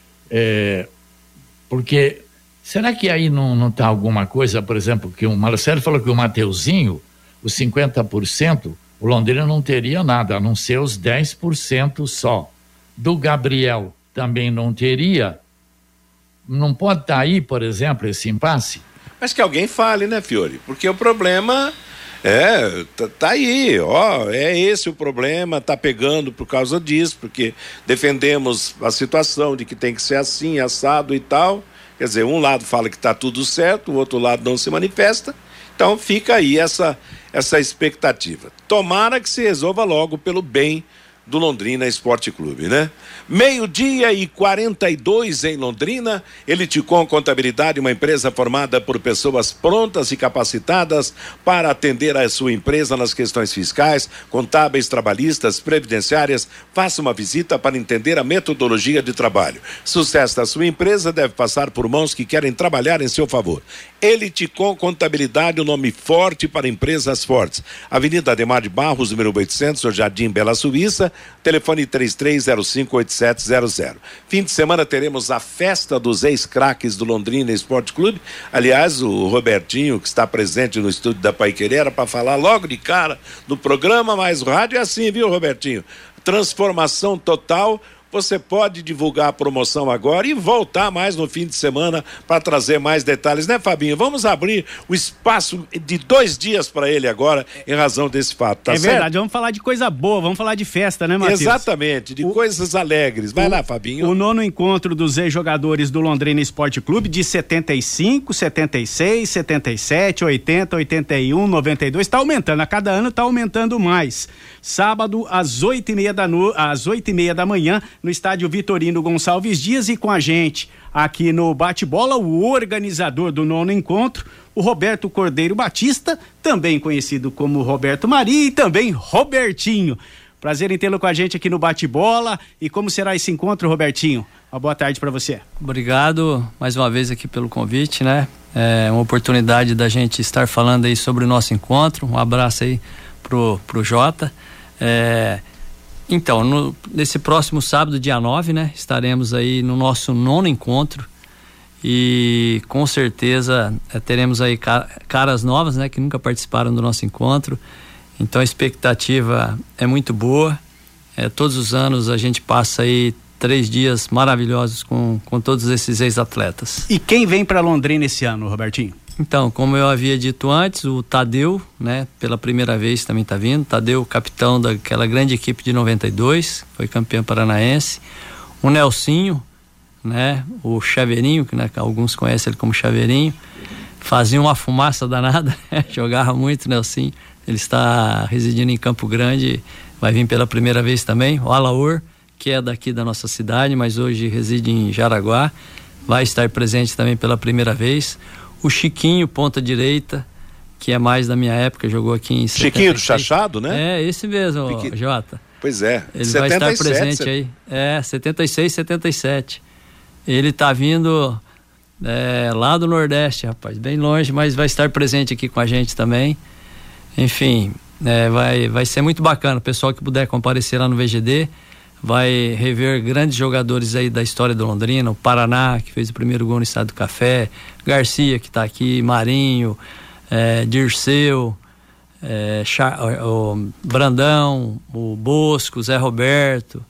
Porque será que aí não tá alguma coisa, por exemplo, que o Malucelli falou que o Mateuzinho, os 50%, o Londrina não teria nada, a não ser os 10% só. Do Gabriel também não teria. Não pode estar aí, por exemplo, esse impasse? Mas que alguém fale, né, Fiore? Porque o problema tá aí, é esse o problema, tá pegando por causa disso, porque defendemos a situação de que tem que ser assim, assado e tal. Quer dizer, um lado fala que está tudo certo, o outro lado não se manifesta. Então fica aí essa expectativa. Tomara que se resolva logo pelo bem do Londrina Esporte Clube, né? 12:42 em Londrina. Eliticom Contabilidade, uma empresa formada por pessoas prontas e capacitadas para atender a sua empresa nas questões fiscais, contábeis, trabalhistas, previdenciárias. Faça uma visita para entender a metodologia de trabalho. Sucesso da sua empresa deve passar por mãos que querem trabalhar em seu favor. Eliticom Contabilidade, o nome forte para empresas fortes. Avenida Ademar de Barros, número 800, no Jardim Bela Suíça. Telefone 33058700. Fim de semana teremos a festa dos ex-craques do Londrina Esporte Clube. Aliás, o Robertinho, que está presente no estúdio da Paiquerê, era para falar logo de cara no programa, mas o rádio é assim, viu, Robertinho? Transformação total. Você pode divulgar a promoção agora e voltar mais no fim de semana para trazer mais detalhes, né, Fabinho? Vamos abrir o espaço de 2 dias para ele agora, em razão desse fato, tá certo? Verdade, vamos falar de coisa boa, vamos falar de festa, né, Matheus? Exatamente, de coisas alegres. Vai lá, Fabinho. O 9º encontro dos ex-jogadores do Londrina Esporte Clube de 75, 76, 77, 80, 81, 92, tá aumentando, a cada ano tá aumentando mais. Sábado, às 8:30 da manhã, no estádio Vitorino Gonçalves Dias, e com a gente aqui no Bate-Bola, o organizador do 9º encontro, o Roberto Cordeiro Batista, também conhecido como Roberto Maria, e também Robertinho. Prazer em tê-lo com a gente aqui no Bate-Bola. E como será esse encontro, Robertinho? Uma boa tarde para você. Obrigado mais uma vez aqui pelo convite, né? É uma oportunidade da gente estar falando aí sobre o nosso encontro. Um abraço aí pro Jota. Então, nesse próximo sábado, dia 9, né? Estaremos aí no nosso 9º encontro e com certeza teremos aí caras novas, né? Que nunca participaram do nosso encontro. Então a expectativa é muito boa. Todos os anos a gente passa aí 3 dias maravilhosos com todos esses ex-atletas. E quem vem para Londrina esse ano, Robertinho? Então, como eu havia dito antes, o Tadeu, né, pela primeira vez também está vindo. Tadeu, capitão daquela grande equipe de 92, foi campeão paranaense. O Nelsinho, né, o Chaveirinho, que, né, alguns conhecem ele como Chaveirinho, fazia uma fumaça danada, né, jogava muito o Nelsinho. Ele está residindo em Campo Grande, vai vir pela primeira vez também. O Alaor, que é daqui da nossa cidade, mas hoje reside em Jaraguá, vai estar presente também pela primeira vez. O Chiquinho, ponta direita, que é mais da minha época, jogou aqui em 76. Chiquinho do Chachado, né? É, esse mesmo, Jota. Pois é. Ele 77, vai estar presente aí. 76, 77. Ele tá vindo lá do Nordeste, rapaz, bem longe, mas vai estar presente aqui com a gente também. Enfim, vai ser muito bacana. O pessoal que puder comparecer lá no VGD vai rever grandes jogadores aí da história do Londrina, o Paraná, que fez o primeiro gol no Estado do Café, Garcia, que está aqui, Marinho, Dirceu, o Brandão, o Bosco, o Zé Roberto,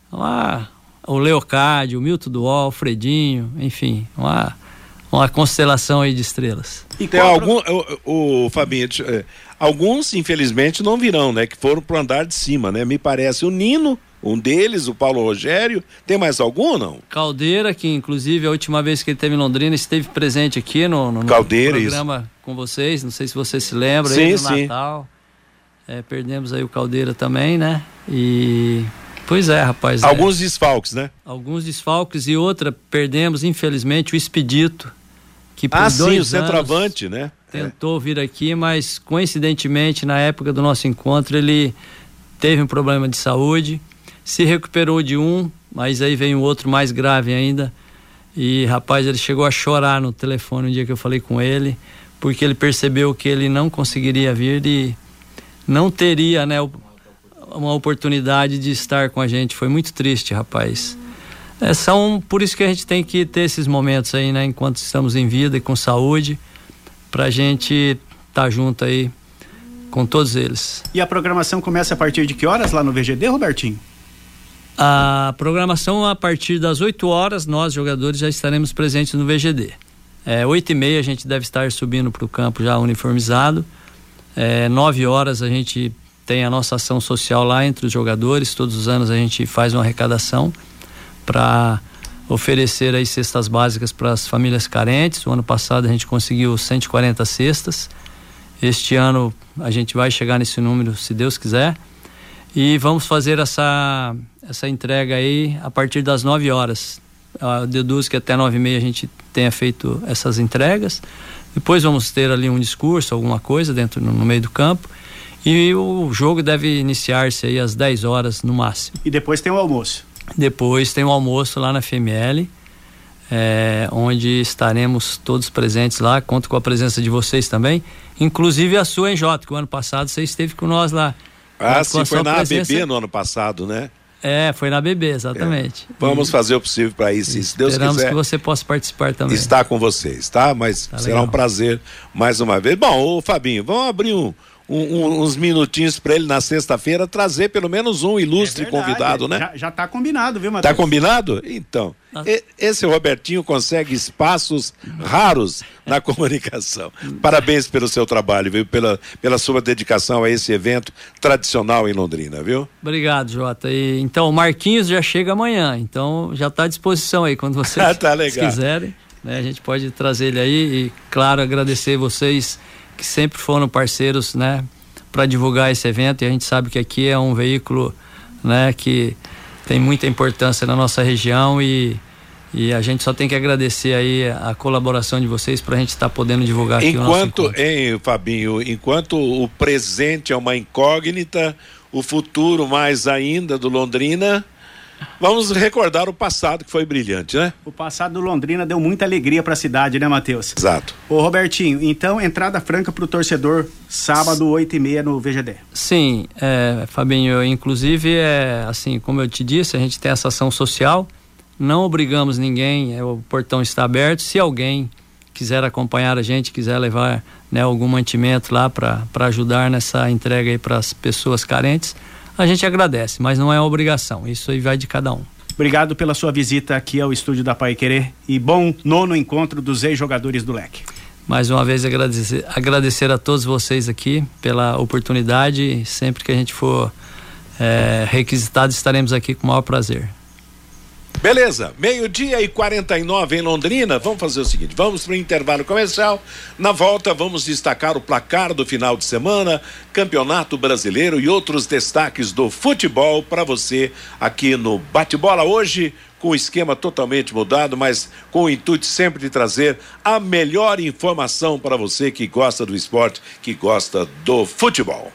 o Leocádio, o Milton Duol, o Fredinho, enfim, uma constelação aí de estrelas. E tem o Fabinho, alguns infelizmente não virão, né, que foram pro andar de cima, né, me parece o Nino, um deles, o Paulo Rogério. Tem mais algum ou não? Caldeira, que inclusive a última vez que ele esteve em Londrina esteve presente aqui no programa isso. Com vocês, não sei se você se lembra, sim, aí no sim. Natal. Perdemos aí o Caldeira também, né? E pois é, rapaz. Alguns desfalques, né? Alguns desfalques e outra, perdemos infelizmente o Expedito, que por 2 anos, o centroavante, né? Tentou vir aqui, mas coincidentemente na época do nosso encontro ele teve um problema de saúde. Se recuperou de mas aí vem um outro mais grave ainda. E, rapaz, ele chegou a chorar no telefone um dia que eu falei com ele, porque ele percebeu que ele não conseguiria vir e não teria, né, uma oportunidade de estar com a gente. Foi muito triste, rapaz. Por isso que a gente tem que ter esses momentos aí, né, enquanto estamos em vida e com saúde, pra gente estar junto aí com todos eles. E a programação começa a partir de que horas lá no VGD, Robertinho? A programação a partir das 8 horas, nós jogadores já estaremos presentes no VGD. 8h30 a gente deve estar subindo para o campo já uniformizado. 9 horas a gente tem a nossa ação social lá entre os jogadores. Todos os anos a gente faz uma arrecadação para oferecer aí cestas básicas para as famílias carentes. O ano passado a gente conseguiu 140 cestas. Este ano a gente vai chegar nesse número, se Deus quiser. E vamos fazer essa entrega aí a partir das 9 horas. Eu deduzo que até 9h30 a gente tenha feito essas entregas. Depois vamos ter ali um discurso, alguma coisa no meio do campo. E o jogo deve iniciar-se aí às 10 horas no máximo. E depois tem o almoço? Depois tem o almoço lá na FML, onde estaremos todos presentes lá. Conto com a presença de vocês também. Inclusive a sua, hein, Jota, que o ano passado você esteve com nós lá. Sim, foi na ABB no ano passado, né? Foi na ABB, exatamente. Vamos fazer o possível para isso, se Deus quiser. Esperamos que você possa participar também. Está com vocês, tá? Mas será legal. Um prazer mais uma vez. Bom, ô Fabinho, vamos abrir uns minutinhos para ele na sexta-feira trazer pelo menos um ilustre convidado, né? Já tá combinado, viu, Matheus? Tá combinado? Então, esse Robertinho consegue espaços raros na comunicação. Parabéns pelo seu trabalho, viu? Pela sua dedicação a esse evento tradicional em Londrina, viu? Obrigado, Jota. Então, o Marquinhos já chega amanhã, então já está à disposição aí, quando vocês quiserem, né? A gente pode trazer ele aí e, claro, agradecer vocês que sempre foram parceiros, né, para divulgar esse evento. E a gente sabe que aqui é um veículo, né, que tem muita importância na nossa região e a gente só tem que agradecer aí a colaboração de vocês para a gente estar podendo divulgar aqui o nosso encontro. Fabinho, enquanto o presente é uma incógnita, o futuro mais ainda do Londrina, vamos recordar o passado que foi brilhante, né? O passado do Londrina deu muita alegria para a cidade, né, Matheus? Exato. Ô Robertinho, então entrada franca para o torcedor sábado 8h30 no VGD. Sim, Fabinho, inclusive assim, como eu te disse, a gente tem essa ação social, não obrigamos ninguém, o portão está aberto. Se alguém quiser acompanhar a gente, quiser levar, né, algum mantimento lá para ajudar nessa entrega aí para as pessoas carentes, a gente agradece, mas não é uma obrigação, isso aí vai de cada um. Obrigado pela sua visita aqui ao estúdio da Paiquerê e bom 9º encontro dos ex-jogadores do Leque. Mais uma vez agradecer a todos vocês aqui pela oportunidade. Sempre que a gente for requisitado, estaremos aqui com o maior prazer. Beleza, 12:49 em Londrina. Vamos fazer o seguinte, vamos para o intervalo comercial. Na volta vamos destacar o placar do final de semana, Campeonato Brasileiro e outros destaques do futebol para você aqui no Bate-Bola. Hoje com o esquema totalmente mudado, mas com o intuito sempre de trazer a melhor informação para você que gosta do esporte, que gosta do futebol.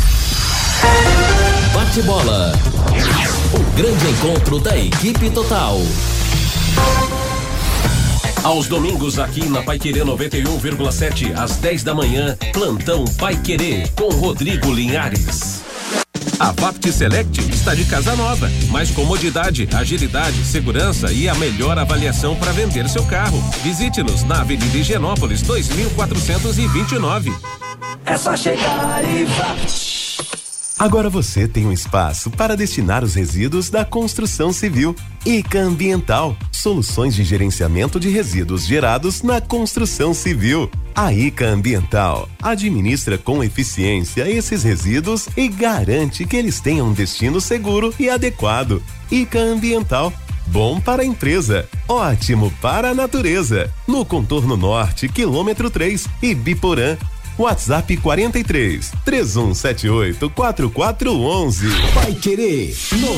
Bate-Bola. O grande encontro da equipe total. Aos domingos aqui na Paiquerê 91,7 às 10 da manhã, plantão Paiquerê com Rodrigo Linhares. A Vapt Select está de casa nova, mais comodidade, agilidade, segurança e a melhor avaliação para vender seu carro. Visite-nos na Avenida Higienópolis 2429. É só chegar e Vapt. Agora você tem um espaço para destinar os resíduos da construção civil. ICA Ambiental, soluções de gerenciamento de resíduos gerados na construção civil. A ICA Ambiental administra com eficiência esses resíduos e garante que eles tenham um destino seguro e adequado. ICA Ambiental, bom para a empresa, ótimo para a natureza. No Contorno Norte, quilômetro 3, Ibiporã. WhatsApp 43-3178-4411. Paiquerê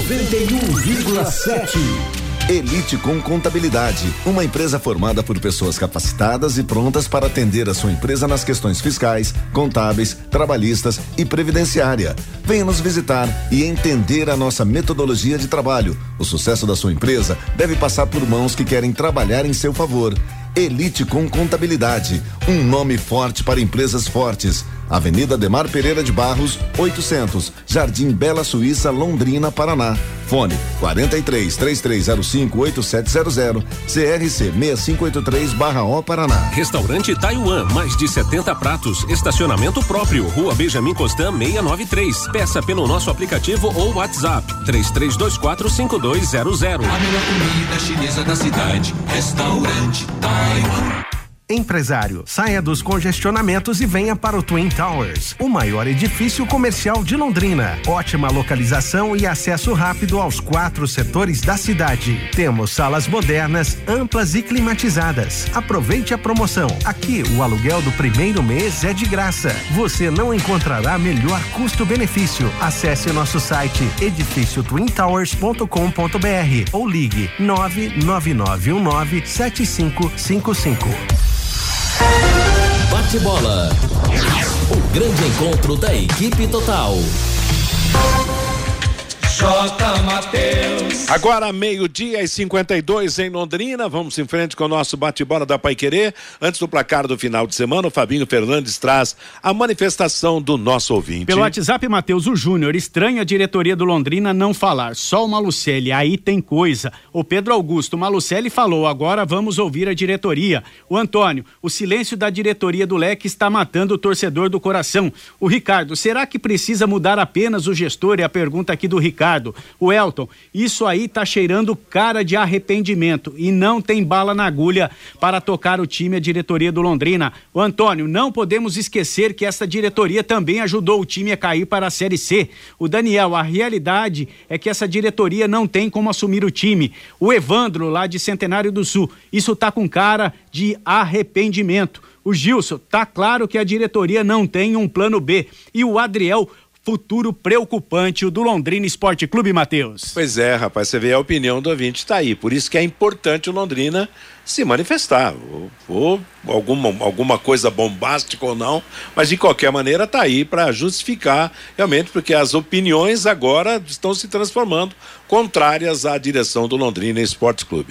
91,7. Elite com Contabilidade, uma empresa formada por pessoas capacitadas e prontas para atender a sua empresa nas questões fiscais, contábeis, trabalhistas e previdenciária. Venha nos visitar e entender a nossa metodologia de trabalho. O sucesso da sua empresa deve passar por mãos que querem trabalhar em seu favor. Elite com Contabilidade, um nome forte para empresas fortes. Avenida Ademar Pereira de Barros, 800, Jardim Bela Suíça, Londrina, Paraná. Fone 43-3305-8700, CRC 6583/O Paraná. Restaurante Taiwan, mais de 70 pratos, estacionamento próprio, Rua Benjamin Constant 693. Peça pelo nosso aplicativo ou WhatsApp 33245200. A melhor comida chinesa da cidade, Restaurante Taiwan. Empresário, saia dos congestionamentos e venha para o Twin Towers, o maior edifício comercial de Londrina. Ótima localização e acesso rápido aos 4 setores da cidade. Temos salas modernas, amplas e climatizadas. Aproveite a promoção. Aqui, o aluguel do primeiro mês é de graça. Você não encontrará melhor custo-benefício. Acesse nosso site edifíciotwintowers.com.br ou ligue 999197555. Bate-Bola. O grande encontro da equipe total. J. Mateus. Agora 12:52 em Londrina, vamos em frente com o nosso bate-bola da Paiquerê. Antes do placar do final de semana, o Fabinho Fernandes traz a manifestação do nosso ouvinte. Pelo WhatsApp, Matheus, o Júnior estranha a diretoria do Londrina não falar, só o Malucelli, aí tem coisa. O Pedro Augusto, o Malucelli falou, agora vamos ouvir a diretoria. O Antônio, o silêncio da diretoria do Leque está matando o torcedor do coração. O Ricardo, será que precisa mudar apenas o gestor? É a pergunta aqui do Ricardo. O Elton, isso aí tá cheirando cara de arrependimento e não tem bala na agulha para tocar o time, a diretoria do Londrina. O Antônio, não podemos esquecer que essa diretoria também ajudou o time a cair para a Série C. O Daniel, a realidade é que essa diretoria não tem como assumir o time. O Evandro, lá de Centenário do Sul, isso tá com cara de arrependimento. O Gilson, tá claro que a diretoria não tem um plano B. E o Adriel, futuro preocupante, o do Londrina Esporte Clube, Matheus. Pois é, rapaz, você vê a opinião do ouvinte tá aí, por isso que é importante o Londrina se manifestar, ou alguma coisa bombástica ou não, mas de qualquer maneira tá aí para justificar realmente, porque as opiniões agora estão se transformando contrárias à direção do Londrina Esporte Clube.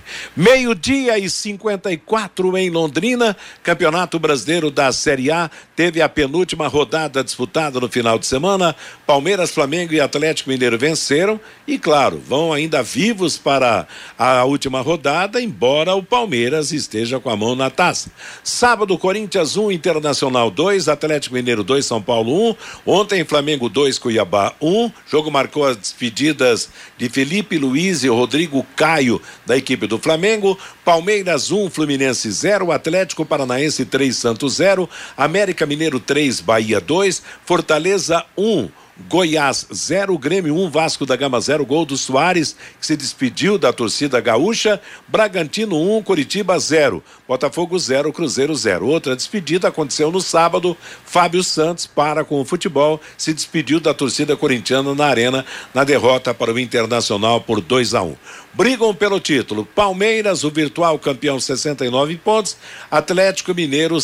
12:54 em Londrina, Campeonato Brasileiro da Série A teve a penúltima rodada disputada no final de semana. Palmeiras, Flamengo e Atlético Mineiro venceram e, claro, vão ainda vivos para a última rodada, embora o Palmeiras Palmeiras esteja com a mão na taça. Sábado, Corinthians 1, Internacional 2, Atlético Mineiro 2, São Paulo 1. Ontem, Flamengo 2, Cuiabá 1. Jogo marcou as despedidas de Felipe Luiz e Rodrigo Caio da equipe do Flamengo. Palmeiras 1, Fluminense 0, Atlético Paranaense 3, Santos 0, América Mineiro 3, Bahia 2, Fortaleza 1, Goiás 0, Grêmio 1, Vasco da Gama 0, gol do Soares, que se despediu da torcida gaúcha. Bragantino 1, Curitiba 0, Botafogo 0, Cruzeiro 0. Outra despedida aconteceu no sábado. Fábio Santos para com o futebol, se despediu da torcida corintiana na Arena, na derrota para o Internacional por 2-1. Brigam pelo título: Palmeiras, o virtual campeão, 69 pontos, Atlético Mineiro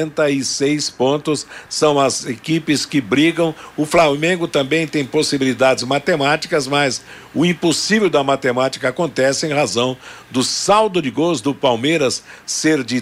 66 pontos, são as equipes que brigam. O Flamengo também tem possibilidades matemáticas, mas o impossível da matemática acontece em razão do saldo de gols do Palmeiras ser de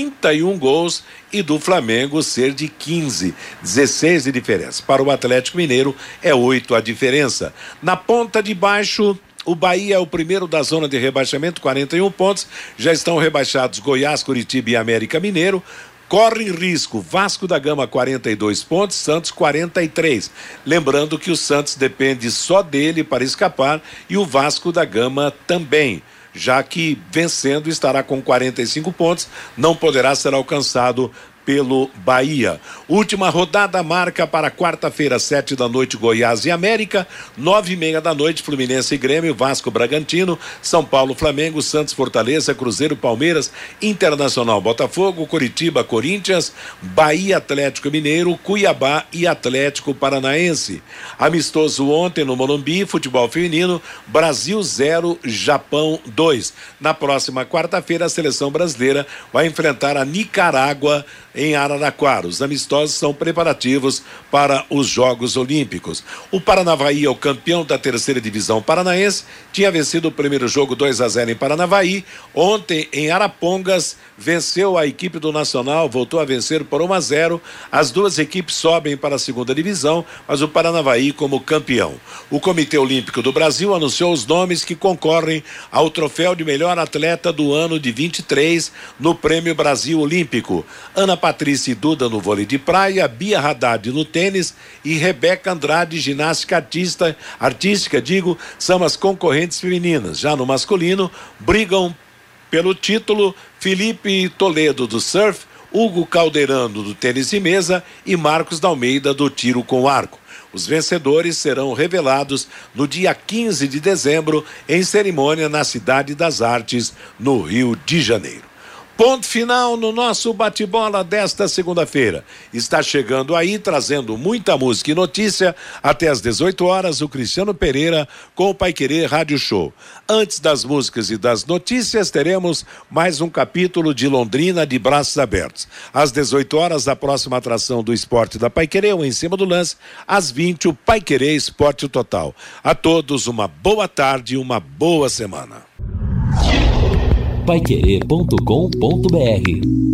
31 gols e do Flamengo ser de 15, 16 de diferença. Para o Atlético Mineiro é 8 a diferença. Na ponta de baixo, o Bahia é o primeiro da zona de rebaixamento, 41 pontos. Já estão rebaixados Goiás, Curitiba e América Mineiro. Corre risco Vasco da Gama, 42 pontos, Santos 43. Lembrando que o Santos depende só dele para escapar e o Vasco da Gama também, já que vencendo estará com 45 pontos, não poderá ser alcançado pelo Bahia. Última rodada marca para quarta-feira, 7 da noite, Goiás e América, 9:30 da noite, Fluminense e Grêmio, Vasco, Bragantino, São Paulo, Flamengo, Santos, Fortaleza, Cruzeiro, Palmeiras, Internacional, Botafogo, Curitiba, Corinthians, Bahia, Atlético Mineiro, Cuiabá e Atlético Paranaense. Amistoso ontem no Morumbi, futebol feminino, Brasil 0, Japão 2. Na próxima quarta-feira, a seleção brasileira vai enfrentar a Nicarágua em Araraquara. Os amistosos são preparativos para os Jogos Olímpicos. O Paranavaí é o campeão da terceira divisão paranaense, tinha vencido o primeiro jogo 2-0 em Paranavaí. Ontem em Arapongas venceu a equipe do Nacional, voltou a vencer por 1-0. As duas equipes sobem para a segunda divisão, mas o Paranavaí como campeão. O Comitê Olímpico do Brasil anunciou os nomes que concorrem ao troféu de melhor atleta do ano de 23 no Prêmio Brasil Olímpico. Ana Patrícia e Duda no vôlei de praia, Bia Haddad no tênis e Rebeca Andrade, ginástica artística, são as concorrentes femininas. Já no masculino, brigam pelo título Felipe Toledo do surf, Hugo Calderano do tênis de mesa e Marcos da Almeida do tiro com arco. Os vencedores serão revelados no dia 15 de dezembro em cerimônia na Cidade das Artes, no Rio de Janeiro. Ponto final no nosso bate-bola desta segunda-feira. Está chegando aí, trazendo muita música e notícia. Até às 18 horas, o Cristiano Pereira com o Paiquerê Rádio Show. Antes das músicas e das notícias, teremos mais um capítulo de Londrina de braços abertos. Às 18 horas, a próxima atração do esporte da Paiquerê, ou Em Cima do Lance. Às 20, o Paiquerê Esporte Total. A todos uma boa tarde e uma boa semana. Paiquerê.com.br